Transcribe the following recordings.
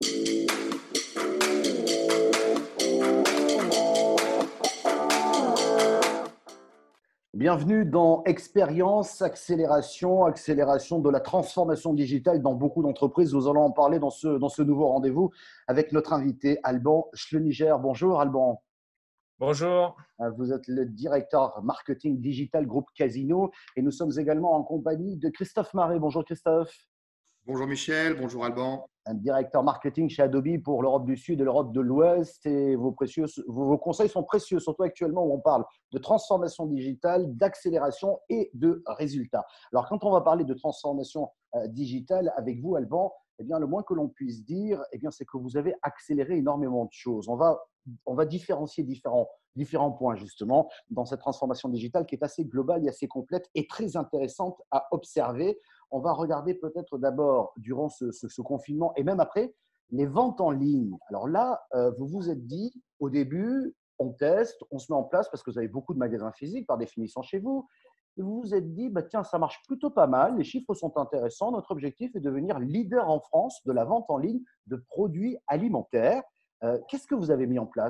Bienvenue dans Expérience, accélération de la transformation digitale dans beaucoup d'entreprises. Nous allons en parler dans ce nouveau rendez-vous avec notre invité Alban Schleniger. Bonjour Alban. Bonjour. Vous êtes le directeur marketing digital groupe Casino et nous sommes également en compagnie de Christophe Maret. Bonjour Christophe. Bonjour Michel, bonjour Alban. Un directeur marketing chez Adobe pour l'Europe du Sud et l'Europe de l'Ouest. Et vos conseils sont précieux, surtout actuellement où on parle de transformation digitale, d'accélération et de résultats. Alors, quand on va parler de transformation digitale avec vous, Alban, eh bien, le moins que l'on puisse dire, eh bien, c'est que vous avez accéléré énormément de choses. On va différencier différents points, justement, dans cette transformation digitale qui est assez globale et assez complète et très intéressante à observer. On va regarder peut-être d'abord, durant ce confinement et même après, les ventes en ligne. Alors là, vous vous êtes dit, au début, on teste, on se met en place parce que vous avez beaucoup de magasins physiques par définition chez vous. Et vous vous êtes dit, bah, tiens, ça marche plutôt pas mal, les chiffres sont intéressants. Notre objectif est de devenir leader en France de la vente en ligne de produits alimentaires. Qu'est-ce que vous avez mis en place ?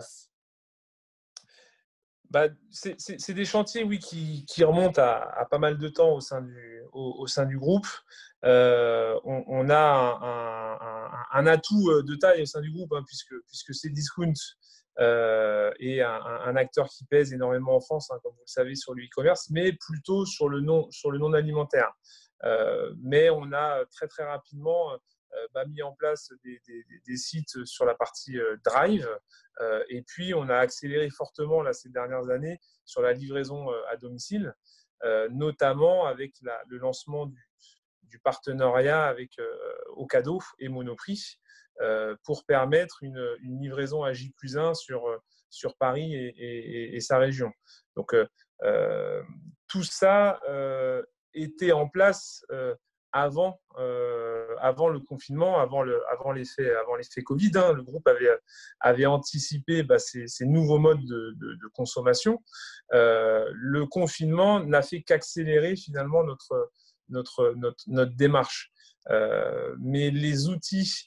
C'est des chantiers, oui, qui remontent à pas mal de temps au sein du groupe. On a un atout de taille au sein du groupe, hein, puisque Cdiscount est un acteur qui pèse énormément en France, hein, comme vous le savez, sur le e-commerce, mais plutôt sur le non alimentaire. Mais on a très très rapidement mis en place des sites sur la partie Drive. Et puis, on a accéléré fortement là, ces dernières années sur la livraison à domicile, notamment avec le lancement du partenariat avec Ocado et Monoprix pour permettre une livraison à J+1 sur Paris et sa région. Donc, tout ça était en place avant le confinement, avant l'effet Covid, hein. Le groupe avait anticipé ces nouveaux modes de consommation. Le confinement n'a fait qu'accélérer finalement notre démarche. Mais les outils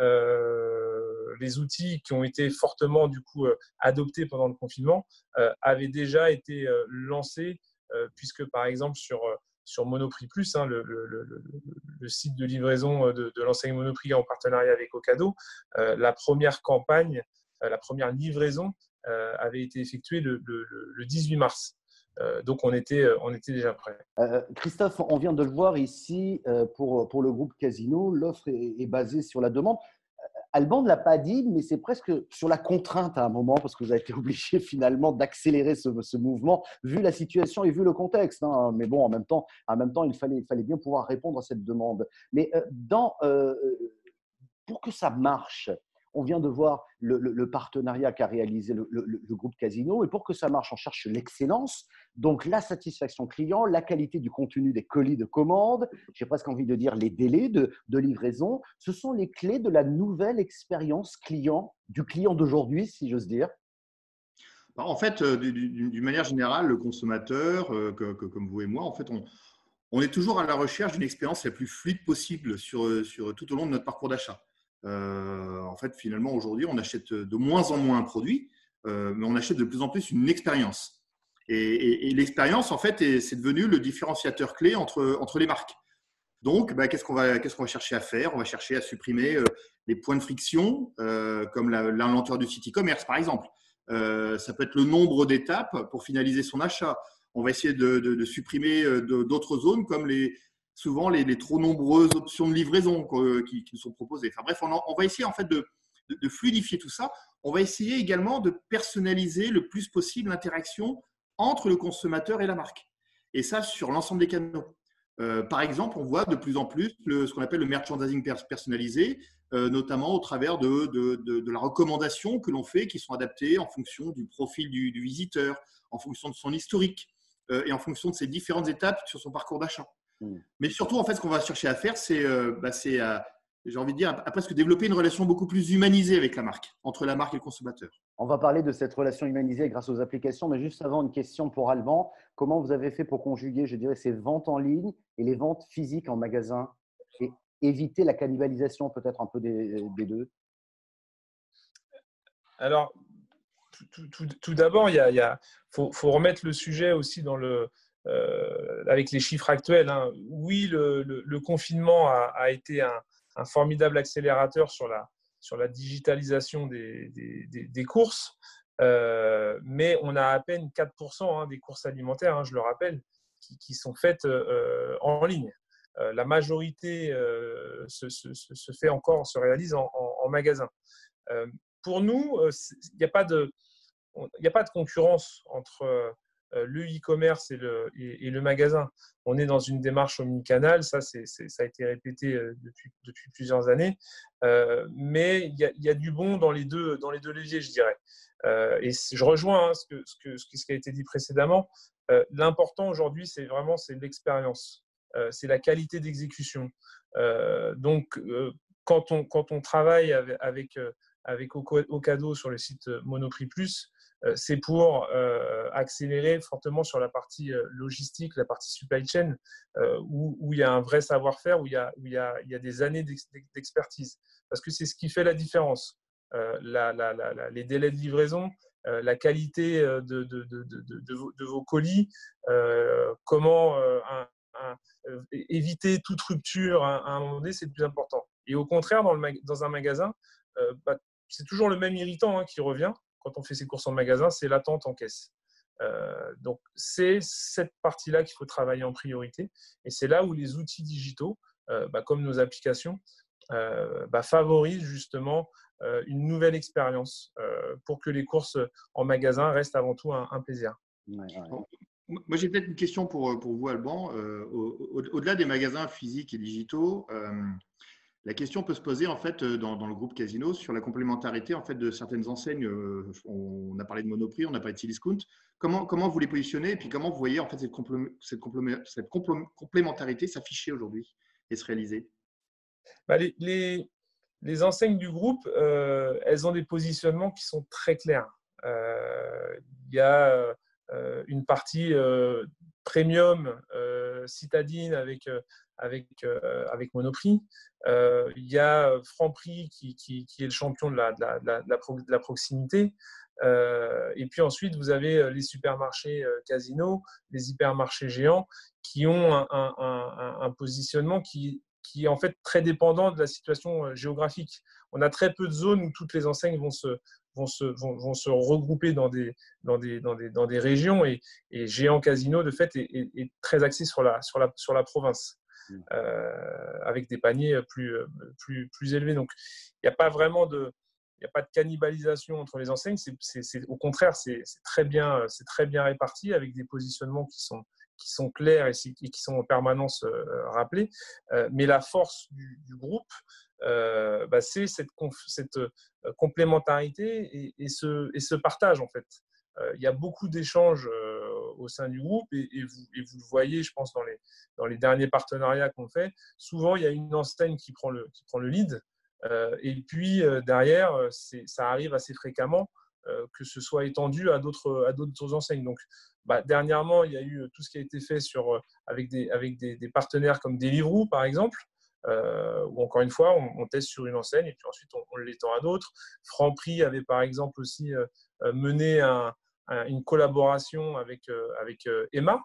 qui ont été fortement du coup adoptés pendant le confinement avaient déjà été lancés, puisque par exemple sur Monoprix Plus, hein, le site de livraison de l'enseigne Monoprix en partenariat avec Ocado, la première campagne, la première livraison avait été effectuée le 18 mars. Donc, on était déjà prêt. Christophe, on vient de le voir ici pour le groupe Casino, l'offre est basée sur la demande. Alban ne l'a pas dit, mais c'est presque sur la contrainte à un moment, parce que vous avez été obligé finalement d'accélérer ce mouvement, vu la situation et vu le contexte, hein. Mais bon, en même temps, il fallait bien pouvoir répondre à cette demande. Mais pour que ça marche, on vient de voir le partenariat qu'a réalisé le groupe Casino. Et pour que ça marche, on cherche l'excellence, donc la satisfaction client, la qualité du contenu des colis de commande, j'ai presque envie de dire les délais de livraison. Ce sont les clés de la nouvelle expérience client, du client d'aujourd'hui, si j'ose dire. En fait, d'une manière générale, le consommateur, comme vous et moi, en fait, on est toujours à la recherche d'une expérience la plus fluide possible tout au long de notre parcours d'achat. En fait, finalement, aujourd'hui, on achète de moins en moins un produit, mais on achète de plus en plus une expérience. Et l'expérience, en fait, c'est devenu le différenciateur clé entre les marques. Donc, qu'est-ce qu'on va chercher à faire ? On va chercher à supprimer les points de friction, comme la lenteur du site e-commerce, par exemple. Ça peut être le nombre d'étapes pour finaliser son achat. On va essayer de supprimer d'autres zones, comme souvent les trop nombreuses options de livraison qui nous sont proposées. Enfin bref, on va essayer en fait de fluidifier tout ça. On va essayer également de personnaliser le plus possible l'interaction entre le consommateur et la marque. Et ça, sur l'ensemble des canaux. Par exemple, on voit de plus en plus ce qu'on appelle le merchandising personnalisé, notamment au travers de la recommandation que l'on fait, qui sont adaptées en fonction du profil du visiteur, en fonction de son historique et en fonction de ses différentes étapes sur son parcours d'achat. Mais surtout, en fait, ce qu'on va chercher à faire, j'ai envie de dire, à presque développer une relation beaucoup plus humanisée avec la marque, entre la marque et le consommateur. On va parler de cette relation humanisée grâce aux applications, mais juste avant, une question pour Alban. Comment vous avez fait pour conjuguer, je dirais, ces ventes en ligne et les ventes physiques en magasin et éviter la cannibalisation peut-être un peu des deux ? Alors, tout d'abord, faut remettre le sujet aussi avec les chiffres actuels, hein. Oui, le confinement a été un formidable accélérateur sur la digitalisation des courses, mais on a à peine 4% des courses alimentaires, hein, je le rappelle, qui sont faites en ligne. La majorité se réalise en magasin. Pour nous, il n'y a pas de concurrence entre le e-commerce et le magasin. On est dans une démarche omnicanale, ça a été répété depuis plusieurs années, mais il y a du bon dans les deux leviers, je dirais. Et je rejoins ce qui a été dit précédemment. L'important aujourd'hui, c'est l'expérience, c'est la qualité d'exécution. Donc, quand on travaille avec Ocado sur le site Monoprix Plus, c'est pour accélérer fortement sur la partie logistique, la partie supply chain, où il y a un vrai savoir-faire, où il y a des années d'expertise. Parce que c'est ce qui fait la différence. Les délais de livraison, la qualité de vos colis, comment éviter toute rupture à un moment donné, c'est le plus important. Et au contraire, dans un magasin, c'est toujours le même irritant qui revient quand on fait ses courses en magasin, c'est l'attente en caisse. Donc, c'est cette partie-là qu'il faut travailler en priorité. Et c'est là où les outils digitaux, comme nos applications, favorisent justement une nouvelle expérience pour que les courses en magasin restent avant tout un plaisir. Ouais. Moi, j'ai peut-être une question pour vous, Alban. Au-delà des magasins physiques et digitaux, la question peut se poser en fait dans le groupe Casino sur la complémentarité en fait de certaines enseignes. On a parlé de Monoprix, on a parlé de Cdiscount. Comment vous les positionnez et puis comment vous voyez en fait cette complémentarité s'afficher aujourd'hui et se réaliser? Les enseignes du groupe, elles ont des positionnements qui sont très clairs. Il y a une partie premium citadine avec Monoprix. Il y a Franprix qui est le champion de la proximité. Et puis ensuite, vous avez les supermarchés Casino, les hypermarchés géants qui ont un positionnement qui est en fait très dépendant de la situation géographique. On a très peu de zones où toutes les enseignes vont se regrouper dans des régions, et Géant Casino de fait est très axé sur la province, avec des paniers plus élevés. Donc il n'y a pas vraiment de cannibalisation entre les enseignes. Au contraire, c'est très bien réparti avec des positionnements qui sont clairs et qui sont en permanence rappelés. Mais la force du groupe, c'est cette complémentarité et ce partage en fait. Il y a beaucoup d'échanges au sein du groupe et vous le voyez, je pense, dans les derniers partenariats qu'on fait. Souvent, il y a une enseigne qui prend le lead, et puis derrière, ça arrive assez fréquemment que ce soit étendu à d'autres enseignes. Donc, dernièrement, il y a eu tout ce qui a été fait avec des partenaires comme Deliveroo, par exemple, où encore une fois, on teste sur une enseigne et puis ensuite on l'étend à d'autres. Franprix avait par exemple aussi mené une collaboration avec Emma.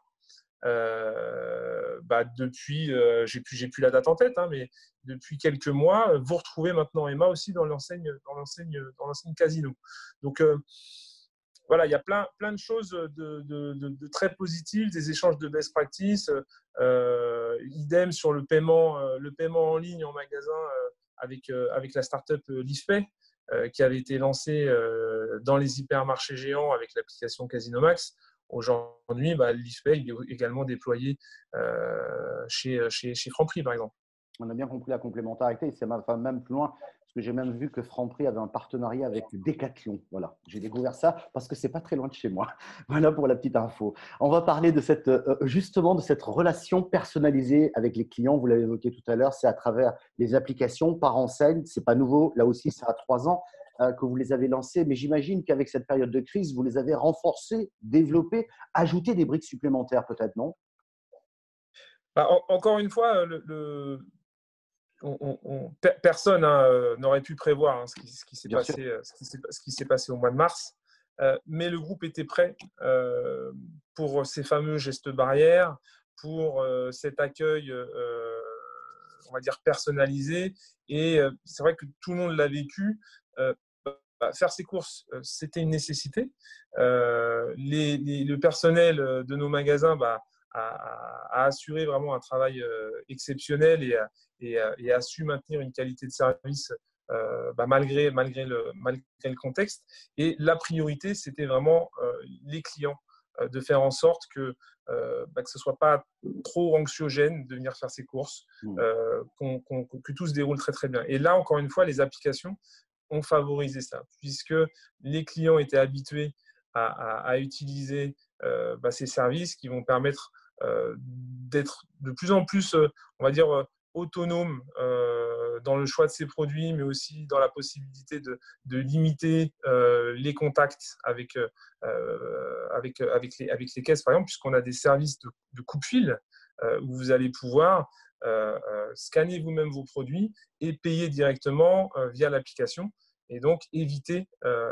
Depuis, j'ai plus la date en tête, mais depuis quelques mois, vous retrouvez maintenant Emma aussi dans l'enseigne Casino. Donc voilà, il y a plein de choses de très positives, des échanges de best practice. Idem sur le paiement en ligne en magasin avec la startup Livepay, qui avait été lancée dans les hypermarchés géants avec l'application Casino Max. Aujourd'hui, Livepay est également déployé chez Franprix, par exemple. On a bien compris la complémentarité. C'est même plus loin, parce que j'ai même vu que Franprix avait un partenariat avec Decathlon. Voilà, j'ai découvert ça parce que c'est pas très loin de chez moi. Voilà pour la petite info. On va parler de justement de cette relation personnalisée avec les clients. Vous l'avez évoqué tout à l'heure, c'est à travers les applications par enseigne. C'est pas nouveau. Là aussi, ça a 3 ans que vous les avez lancées. Mais j'imagine qu'avec cette période de crise, vous les avez renforcées, développées, ajoutées des briques supplémentaires, peut-être, non? Encore une fois, personne n'aurait pu prévoir ce qui s'est Bien sûr. passé, ce qui s'est passé au mois de mars. Mais le groupe était prêt pour ces fameux gestes barrières, pour cet accueil, on va dire, personnalisé. Et c'est vrai que tout le monde l'a vécu. Faire ses courses, c'était une nécessité. Le personnel de nos magasins a assuré vraiment un travail exceptionnel et a su maintenir une qualité de service malgré le contexte. Et la priorité, c'était vraiment les clients, de faire en sorte que ce ne soit pas trop anxiogène de venir faire ses courses, que tout se déroule très très bien. Et là, encore une fois, les applications ont favorisé ça, puisque les clients étaient habitués à utiliser ces services qui vont permettre d'être de plus en plus, on va dire, autonome dans le choix de ses produits, mais aussi dans la possibilité de limiter les contacts avec les caisses, par exemple, puisqu'on a des services de coupe-fil où vous allez pouvoir scanner vous-même vos produits et payer directement via l'application, et donc éviter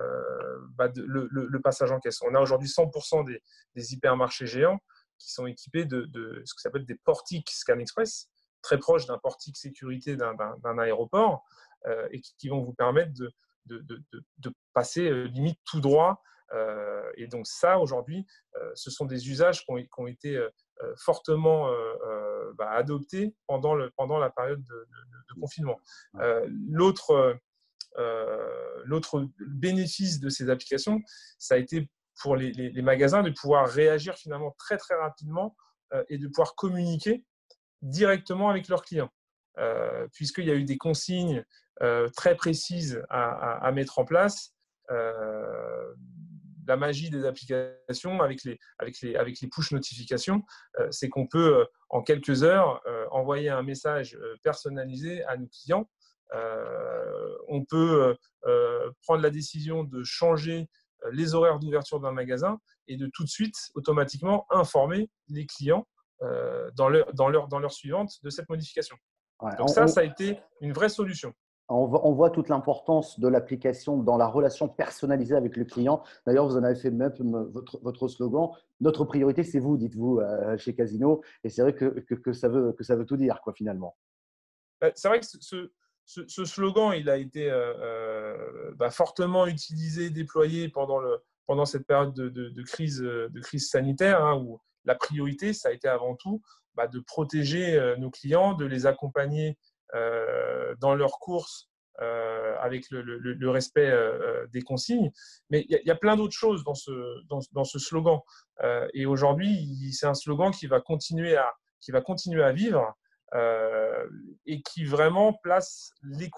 le passage en caisse. On a aujourd'hui 100% des hypermarchés géants qui sont équipés de ce que s'appelle des portiques Scan Express, très proches d'un portique sécurité d'un aéroport, et qui vont vous permettre de passer limite tout droit. Et donc ça, aujourd'hui, ce sont des usages qui ont été fortement adoptés pendant la période de confinement. L'autre bénéfice de ces applications, ça a été pour les magasins de pouvoir réagir finalement très très rapidement et de pouvoir communiquer directement avec leurs clients, puisqu'il y a eu des consignes très précises à mettre en place. La magie des applications avec les push notifications, c'est qu'on peut en quelques heures envoyer un message personnalisé à nos clients. On peut prendre la décision de changer les horaires d'ouverture d'un magasin et de tout de suite automatiquement informer les clients dans l'heure suivante de cette modification. Ouais, donc ça a été une vraie solution. On voit toute l'importance de l'application dans la relation personnalisée avec le client. D'ailleurs, vous en avez fait même votre slogan. Notre priorité, c'est vous, dites-vous chez Casino. Et c'est vrai que ça veut tout dire, quoi, finalement. C'est vrai que ce slogan, il a été fortement utilisé, déployé pendant cette période de crise sanitaire, où la priorité, ça a été avant tout de protéger nos clients, de les accompagner dans leurs courses avec le respect des consignes. Mais il y a plein d'autres choses dans ce slogan. Et aujourd'hui, c'est un slogan qui va continuer à vivre et qui vraiment place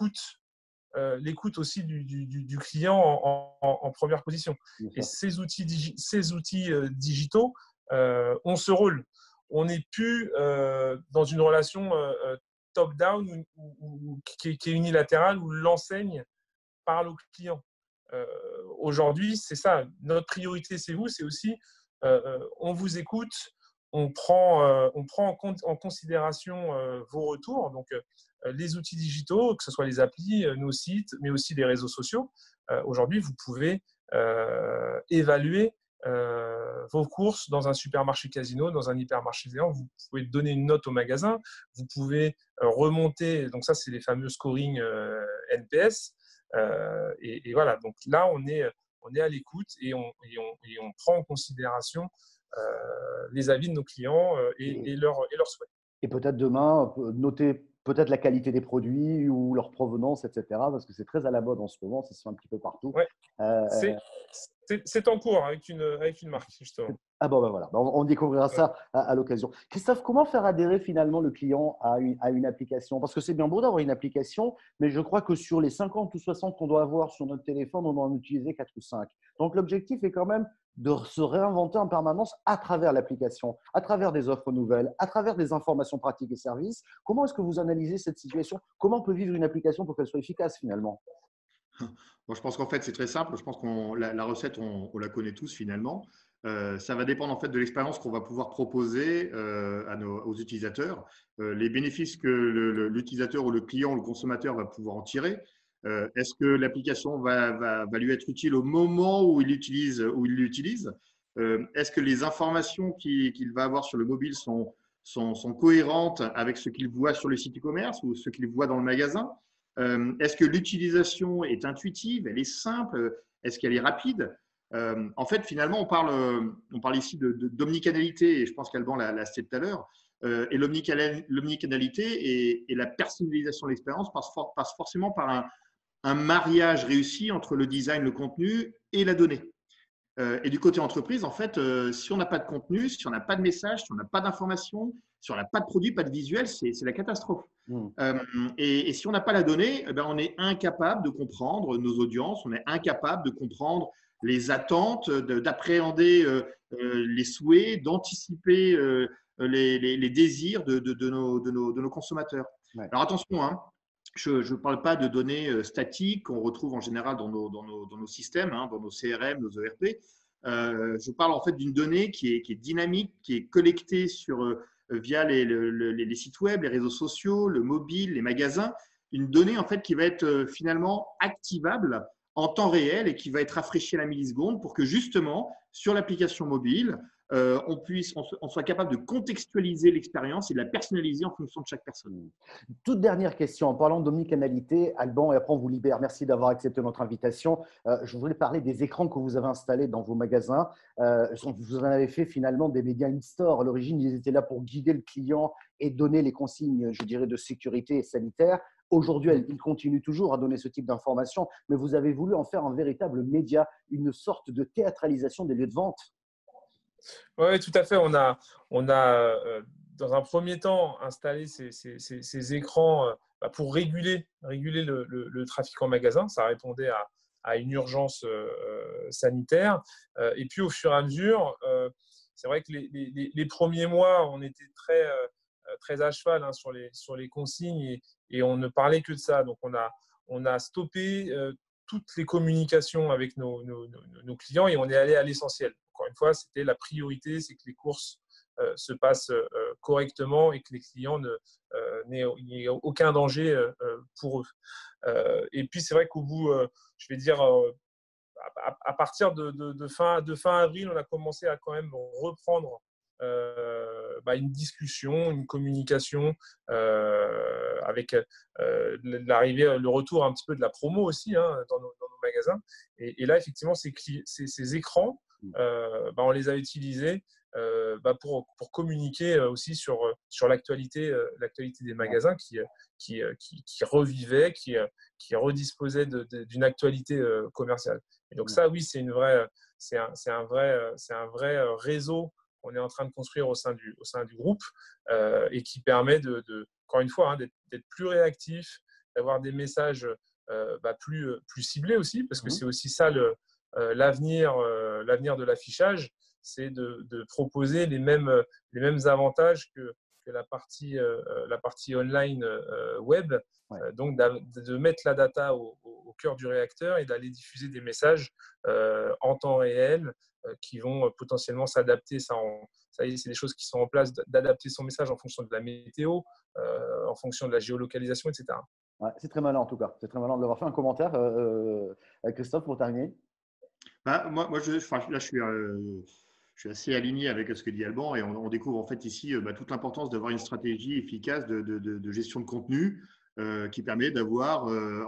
l'écoute aussi du client en première position. Et ces outils digitaux ont ce rôle. On n'est plus dans une relation top-down qui est unilatérale, où l'enseigne parle au client. Aujourd'hui, c'est ça. Notre priorité, c'est vous. C'est aussi, on vous écoute, on prend en considération vos retours. Donc, les outils digitaux, que ce soit les applis, nos sites, mais aussi les réseaux sociaux. Aujourd'hui, vous pouvez évaluer vos courses dans un supermarché Casino, dans un hypermarché géant. Vous pouvez donner une note au magasin. Vous pouvez remonter. Donc ça, c'est les fameux scoring NPS. Et voilà. Donc là, on est à l'écoute et on prend en considération les avis de nos clients et leurs souhaits. Et peut-être demain, noter peut-être la qualité des produits ou leur provenance, etc. Parce que c'est très à la mode en ce moment, ça se fait un petit peu partout. Ouais. C'est en cours avec une marque, justement. Ah bon, ben voilà, on découvrira ça à l'occasion. Christophe, comment faire adhérer finalement le client à une application? Parce que c'est bien beau d'avoir une application, mais je crois que sur les 50 ou 60 qu'on doit avoir sur notre téléphone, on doit en utiliser 4 ou 5. Donc l'objectif est quand même de se réinventer en permanence à travers l'application, à travers des offres nouvelles, à travers des informations pratiques et services. Comment est-ce que vous analysez cette situation? Comment on peut vivre une application pour qu'elle soit efficace finalement? Bon, je pense qu'en fait, c'est très simple. Je pense que la recette, on la connaît tous finalement. Ça va dépendre en fait de l'expérience qu'on va pouvoir proposer aux utilisateurs, les bénéfices que l'utilisateur ou le client ou le consommateur va pouvoir en tirer. Est-ce que l'application va lui être utile au moment où il l'utilise? Est-ce que les informations qu'il va avoir sur le mobile sont cohérentes avec ce qu'il voit sur le site e-commerce ou ce qu'il voit dans le magasin? Est-ce que l'utilisation est intuitive? Elle est simple? Est-ce qu'elle est rapide? En fait, finalement, on parle ici d'omnicanalité, et je pense qu'Alban l'a cité tout à l'heure. Et l'omnicanalité et la personnalisation de l'expérience passe forcément par un mariage réussi entre le design, le contenu et la donnée. Et du côté entreprise, en fait, si on n'a pas de contenu, si on n'a pas de message, si on n'a pas d'information, si on n'a pas de produit, pas de visuel, c'est la catastrophe. Et si on n'a pas la donnée, eh ben, on est incapable de comprendre nos audiences, on est incapable de comprendre les attentes, d'appréhender les souhaits, d'anticiper les désirs de nos consommateurs. Ouais. Alors attention, hein, je ne parle pas de données statiques qu'on retrouve en général dans nos systèmes, hein, dans nos CRM, nos ERP. Je parle en fait d'une donnée qui est dynamique, qui est collectée via les sites web, les réseaux sociaux, le mobile, les magasins. Une donnée en fait qui va être finalement activable en temps réel et qui va être rafraîchie à la milliseconde pour que justement sur l'application mobile, on soit capable de contextualiser l'expérience et de la personnaliser en fonction de chaque personne. Toute dernière question, en parlant d'omnicanalité, Alban, et après on vous libère. Merci d'avoir accepté notre invitation. Je voulais parler des écrans que vous avez installés dans vos magasins. Vous en avez fait finalement des médias in-store. À l'origine, ils étaient là pour guider le client et donner les consignes, je dirais, de sécurité et sanitaire. Aujourd'hui, ils continuent toujours à donner ce type d'informations, mais vous avez voulu en faire un véritable média, une sorte de théâtralisation des lieux de vente. Oui, tout à fait. On a dans un premier temps installé ces écrans pour réguler le trafic en magasin. Ça répondait à une urgence sanitaire. Et puis, au fur et à mesure, c'est vrai que les premiers mois, on était très à cheval sur les consignes et on ne parlait que de ça. Donc, on a stoppé toutes les communications avec nos clients et on est allé à l'essentiel. Encore une fois, c'était la priorité, c'est que les courses se passent correctement et que les clients n'aient aucun danger pour eux. Et puis, c'est vrai qu'au bout, je vais dire, à partir de fin avril, on a commencé à quand même reprendre une discussion, une communication avec l'arrivée, le retour un petit peu de la promo aussi dans nos magasins. Et là, effectivement, ces écrans, on les a utilisés pour communiquer aussi sur l'actualité des magasins qui revivaient, qui redisposaient d'une actualité commerciale. Et donc ça, oui, c'est un vrai réseau qu'on est en train de construire au sein du groupe et qui permet encore une fois, d'être plus réactif, d'avoir des messages plus ciblés aussi, parce que c'est aussi ça l'avenir de l'affichage, c'est de proposer les mêmes avantages que la partie online web. Donc, de mettre la data au cœur du réacteur et d'aller diffuser des messages en temps réel qui vont potentiellement s'adapter. Ça y est, c'est des choses qui sont en place, d'adapter son message en fonction de la météo, en fonction de la géolocalisation, etc. Ouais, c'est très malin en tout cas. C'est très malin de l'avoir fait. Un commentaire, Christophe, pour terminer. Moi, je suis assez aligné avec ce que dit Alban et on découvre en fait ici toute l'importance d'avoir une stratégie efficace de gestion de contenu qui permet d'avoir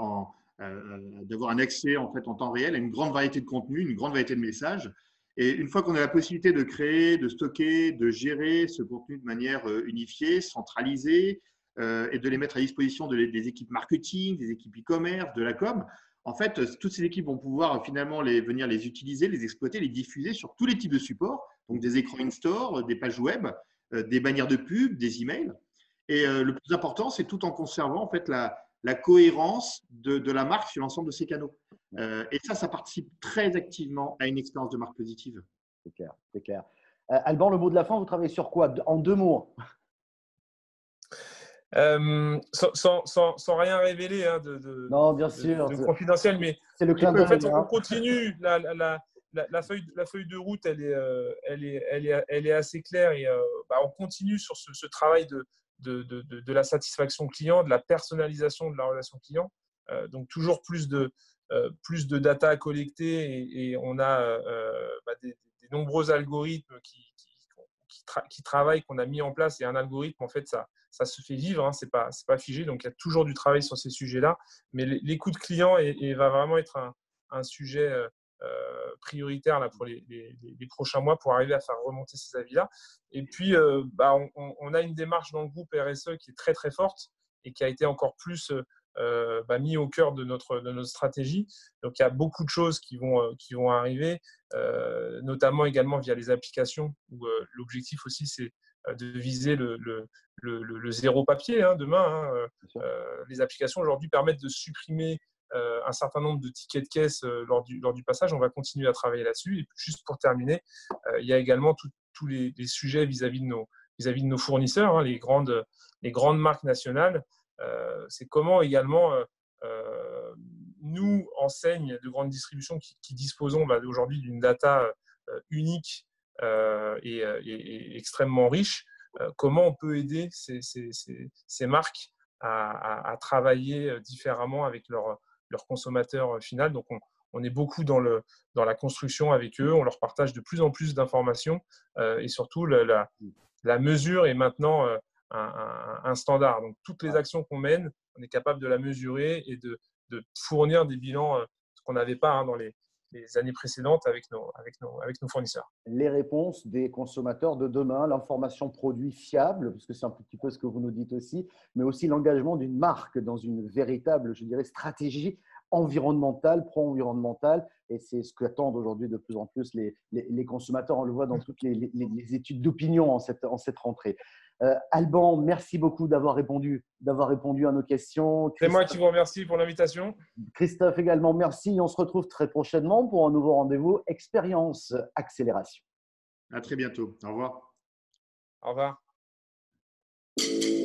un accès en fait en temps réel à une grande variété de contenus, une grande variété de messages. Et une fois qu'on a la possibilité de créer, de stocker, de gérer ce contenu de manière unifiée, centralisée et de les mettre à disposition des équipes marketing, des équipes e-commerce, de la com, en fait, toutes ces équipes vont pouvoir finalement venir les utiliser, les exploiter, les diffuser sur tous les types de supports, donc des écrans in-store, des pages web, des bannières de pub, des emails. Et le plus important, c'est tout en conservant en fait la cohérence de la marque sur l'ensemble de ces canaux. Et ça participe très activement à une expérience de marque positive. C'est clair, c'est clair. Alban, le mot de la fin, vous travaillez sur quoi? En 2 mots. Sans rien révéler Non, bien sûr. de confidentiel, mais C'est le clin en fait, d'œil. on continue. La feuille de route, elle est assez claire et on continue sur ce travail de la satisfaction client, de la personnalisation de la relation client. Donc, toujours plus de data à collecter et on a des nombreux algorithmes qui travaillent, qu'on a mis en place. Et un algorithme, en fait, ça se fait vivre, hein, c'est pas figé. Donc, il y a toujours du travail sur ces sujets-là. Mais l'écoute client va vraiment être un sujet prioritaire là, pour les prochains mois pour arriver à faire remonter ces avis-là. Et puis, on a une démarche dans le groupe RSE qui est très, très forte et qui a été encore plus mis au cœur de notre stratégie. Donc, il y a beaucoup de choses qui vont arriver, notamment également via les applications où l'objectif aussi, c'est de viser le zéro papier demain. Les applications aujourd'hui permettent de supprimer un certain nombre de tickets de caisse lors du passage. On va continuer à travailler là-dessus. Et juste pour terminer, il y a également tous les sujets vis-à-vis de nos fournisseurs, hein, les grandes marques nationales. C'est comment également nous, enseignes de grande distribution qui disposons aujourd'hui d'une data unique et extrêmement riche, comment on peut aider ces marques à travailler différemment avec leurs consommateurs finaux. Donc, on est beaucoup dans la construction avec eux, on leur partage de plus en plus d'informations et surtout la mesure est maintenant un standard. Donc, toutes les actions qu'on mène, on est capable de la mesurer et de fournir des bilans qu'on n'avait pas dans les années précédentes avec nos fournisseurs. Les réponses des consommateurs de demain, l'information produit fiable, parce que c'est un petit peu ce que vous nous dites aussi, mais aussi l'engagement d'une marque dans une véritable, je dirais, stratégie environnementale, pro-environnementale. Et c'est ce qu'attendent aujourd'hui de plus en plus les consommateurs. On le voit dans toutes les études d'opinion en cette rentrée. Alban, merci beaucoup d'avoir répondu à nos questions. C'est moi qui vous remercie pour l'invitation. Christophe également, merci. On se retrouve très prochainement pour un nouveau rendez-vous Expérience Accélération. À très bientôt. Au revoir. Au revoir.